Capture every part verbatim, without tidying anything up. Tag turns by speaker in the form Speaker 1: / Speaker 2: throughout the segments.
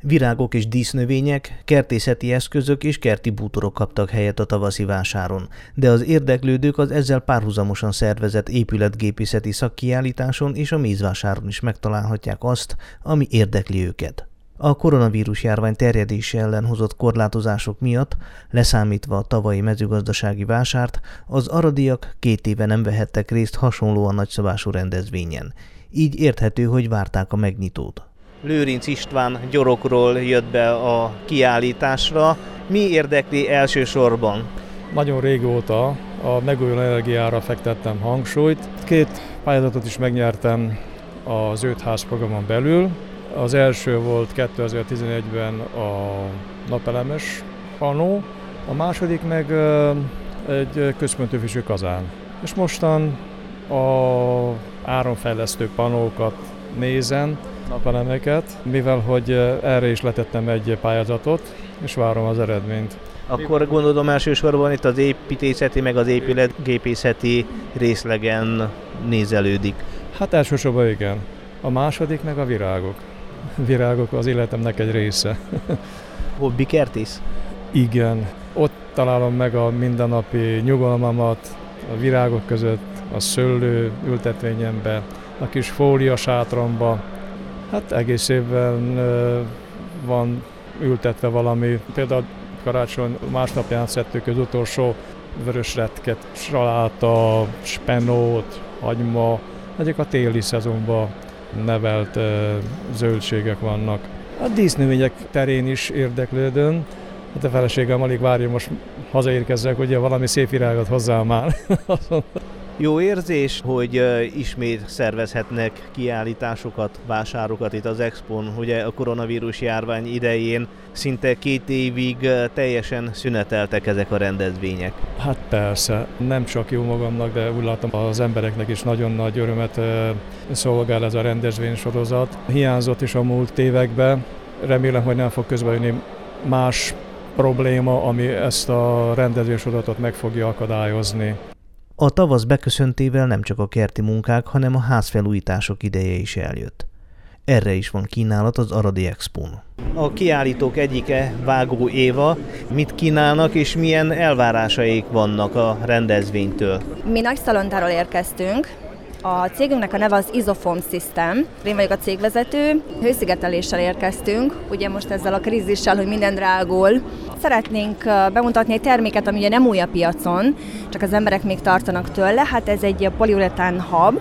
Speaker 1: Virágok és dísznövények, kertészeti eszközök és kerti bútorok kaptak helyet a tavaszi vásáron, de az érdeklődők az ezzel párhuzamosan szervezett épületgépészeti szakkiállításon és a mézvásáron is megtalálhatják azt, ami érdekli őket. A koronavírus járvány terjedése ellen hozott korlátozások miatt, leszámítva a tavalyi mezőgazdasági vásárt, az aradiak két éve nem vehettek részt hasonlóan nagyszabású rendezvényen. Így érthető, hogy várták a megnyitót. Lőrinc István Gyorokról jött be a kiállításra. Mi érdekli elsősorban?
Speaker 2: Nagyon régóta a megújuló energiára fektettem hangsúlyt. Két pályázatot is megnyertem az Zöld Ház programon belül. Az első volt kétezer-tizenegyben a napelemes pannó, a második meg egy központűfűsű kazán. És mostan a áramfejlesztő pannókat nézem, napelemeket, mivel hogy erre is letettem egy pályázatot, és várom az eredményt.
Speaker 1: Akkor gondolom elsősorban itt az építészeti, meg az épületgépészeti részlegen nézelődik.
Speaker 2: Hát elsősorban igen. A második meg a virágok. Virágok az életemnek egy része.
Speaker 1: Hobbi kertész?
Speaker 2: Igen. Ott találom meg a mindennapi nyugalmamat, a virágok között, a szőlő ültetvényembe, a kis fólia sátromba. Hát egész évben van ültetve valami, például karácsony másnapján szedtük az utolsó vörösretket, saláta, spenót, hagyma, ezek a téli szezonban nevelt zöldségek vannak. A dísznövények terén is érdeklődöm, hát a feleségem alig várja, most hazaérkezzek, ugye valami szép virágot hozzám már.
Speaker 1: Jó érzés, hogy ismét szervezhetnek kiállításokat, vásárokat itt az Expón. Ugye a koronavírus járvány idején szinte két évig teljesen szüneteltek ezek a rendezvények.
Speaker 2: Hát persze, nem csak jó magamnak, de úgy látom az embereknek is nagyon nagy örömet szolgál ez a rendezvénysorozat. Hiányzott is a múlt években, remélem, hogy nem fog közbejönni más probléma, ami ezt a rendezvénysorozatot meg fogja akadályozni.
Speaker 1: A tavasz beköszöntével nem csak a kerti munkák, hanem a házfelújítások ideje is eljött. Erre is van kínálat az Aradi Expón. A kiállítók egyike Vágó Éva. Mit kínálnak és milyen elvárásaik vannak a rendezvénytől?
Speaker 3: Mi Nagyszalontáról érkeztünk. A cégünknek a neve az Isoform System. Én vagyok a cégvezető, hőszigeteléssel érkeztünk, ugye most ezzel a krízissel, hogy minden drágul. Szeretnénk bemutatni egy terméket, ami ugye nem új a piacon, csak az emberek még tartanak tőle. Hát ez egy poliuretán hab,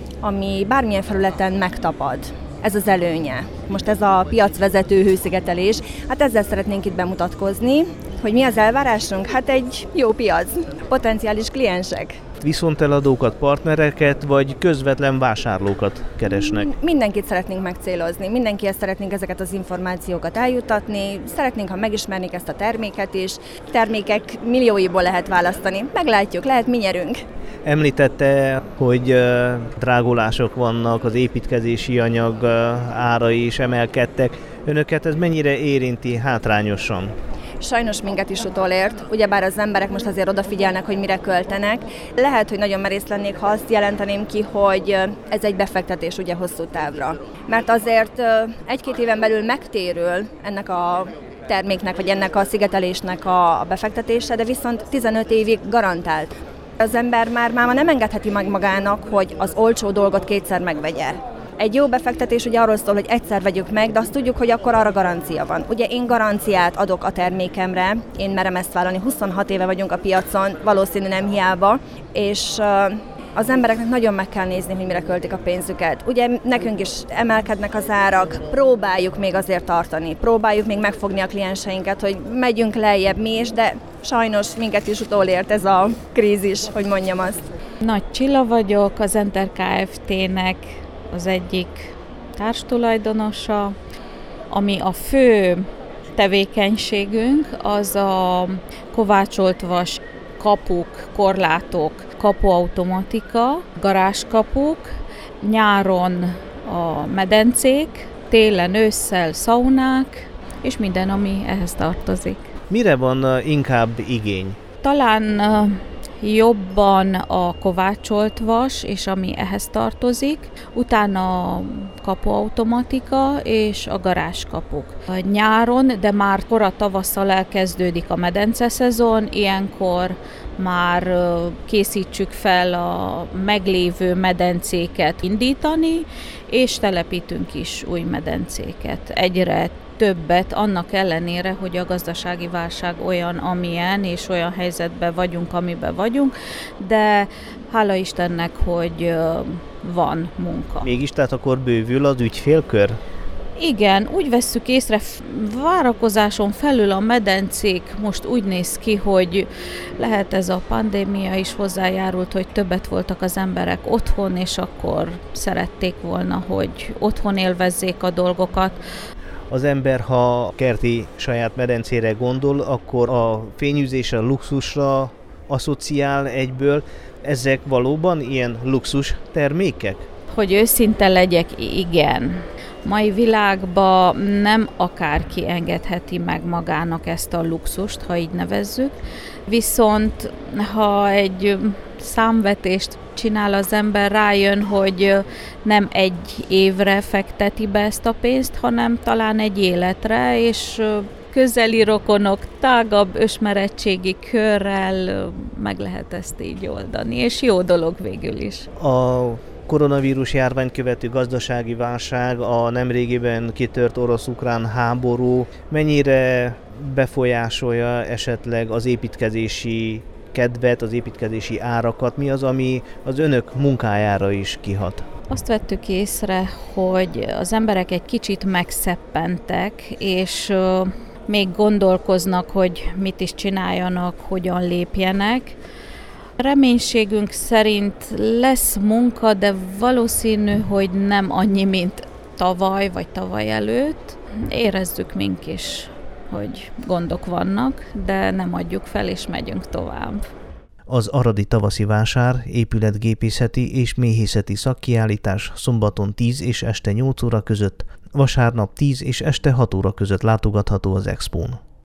Speaker 3: ami bármilyen felületen megtapad. Ez az előnye. Most ez a piacvezető hőszigetelés, hát ezzel szeretnénk itt bemutatkozni, hogy mi az elvárásunk? Hát egy jó piac, potenciális kliensek.
Speaker 1: Viszonteladókat, partnereket, vagy közvetlen vásárlókat keresnek?
Speaker 3: Mindenkit szeretnénk megcélozni, mindenkihez szeretnénk ezeket az információkat eljutatni, szeretnénk, ha megismernék ezt a terméket is. Termékek millióiból lehet választani, meglátjuk, lehet mi nyerünk.
Speaker 1: Említette, hogy drágulások vannak, az építkezési anyag árai is emelkedtek. Önöket ez mennyire érinti hátrányosan?
Speaker 3: Sajnos minket is utolért, ugyebár az emberek most azért odafigyelnek, hogy mire költenek. Lehet, hogy nagyon merész lennék, ha azt jelenteném ki, hogy ez egy befektetés ugye hosszú távra. Mert azért egy-két éven belül megtérül ennek a terméknek, vagy ennek a szigetelésnek a befektetése, de viszont tizenöt évig garantált. Az ember már máma nem engedheti meg magának, hogy az olcsó dolgot kétszer megvegye. Egy jó befektetés ugye arról szól, hogy egyszer vegyük meg, de azt tudjuk, hogy akkor arra garancia van. Ugye én garanciát adok a termékemre, én merem ezt vállalni, huszonhat éve vagyunk a piacon, valószínű nem hiába, és az embereknek nagyon meg kell nézni, hogy mire költik a pénzüket. Ugye nekünk is emelkednek az árak, próbáljuk még azért tartani, próbáljuk még megfogni a klienseinket, hogy megyünk lejjebb mi is, de sajnos minket is utolért ez a krízis, hogy mondjam azt.
Speaker 4: Nagy Csilla vagyok, az Enter Kft-nek az egyik társtulajdonosa, ami a fő tevékenységünk, az a kovácsolt vas kapuk, korlátok, kapuautomatika, garázskapuk, nyáron a medencék, télen, ősszel szaunák, és minden, ami ehhez tartozik.
Speaker 1: Mire van inkább igény?
Speaker 4: Talán jobban a kovácsolt vas, és ami ehhez tartozik, utána a kapuautomatika és a garázskapuk. Nyáron, de már kora tavasszal elkezdődik a medenceszezon, ilyenkor már készítsük fel a meglévő medencéket indítani, és telepítünk is új medencéket. Egyre többet, annak ellenére, hogy a gazdasági válság olyan, amilyen, és olyan helyzetben vagyunk, amiben vagyunk, de hála Istennek, hogy van munka.
Speaker 1: Mégis, tehát akkor bővül az ügyfélkör?
Speaker 4: Igen, úgy vesszük észre, várakozáson felül a medencék most úgy néz ki, hogy lehet ez a pandémia is hozzájárult, hogy többet voltak az emberek otthon, és akkor szerették volna, hogy otthon élvezzék a dolgokat.
Speaker 1: Az ember, ha kerti saját medencére gondol, akkor a fényűzésre, a luxusra asszociál egyből. Ezek valóban ilyen luxus termékek?
Speaker 4: Hogy őszinte legyek, igen. Mai világban nem akárki engedheti meg magának ezt a luxust, ha így nevezzük. Viszont ha egy számvetést csinál az ember, rájön, hogy nem egy évre fekteti be ezt a pénzt, hanem talán egy életre, és közeli rokonok, tágabb ösmerettségi körrel meg lehet ezt így oldani, és jó dolog végül is.
Speaker 1: A koronavírus járvány követő gazdasági válság, a nemrégiben kitört orosz-ukrán háború mennyire befolyásolja esetleg az építkezési kedvet, az építkezési árakat? Mi az, ami az önök munkájára is kihat?
Speaker 4: Azt vettük észre, hogy az emberek egy kicsit megszeppentek, és még gondolkoznak, hogy mit is csináljanak, hogyan lépjenek. Reménységünk szerint lesz munka, de valószínű, hogy nem annyi, mint tavaly vagy tavaly előtt. Érezzük mink is, hogy gondok vannak, de nem adjuk fel, és megyünk tovább.
Speaker 1: Az aradi tavaszi vásár, épületgépészeti és méhészeti szakkiállítás szombaton tíz és este nyolc óra között, vasárnap tíz és este hat óra között látogatható az expón.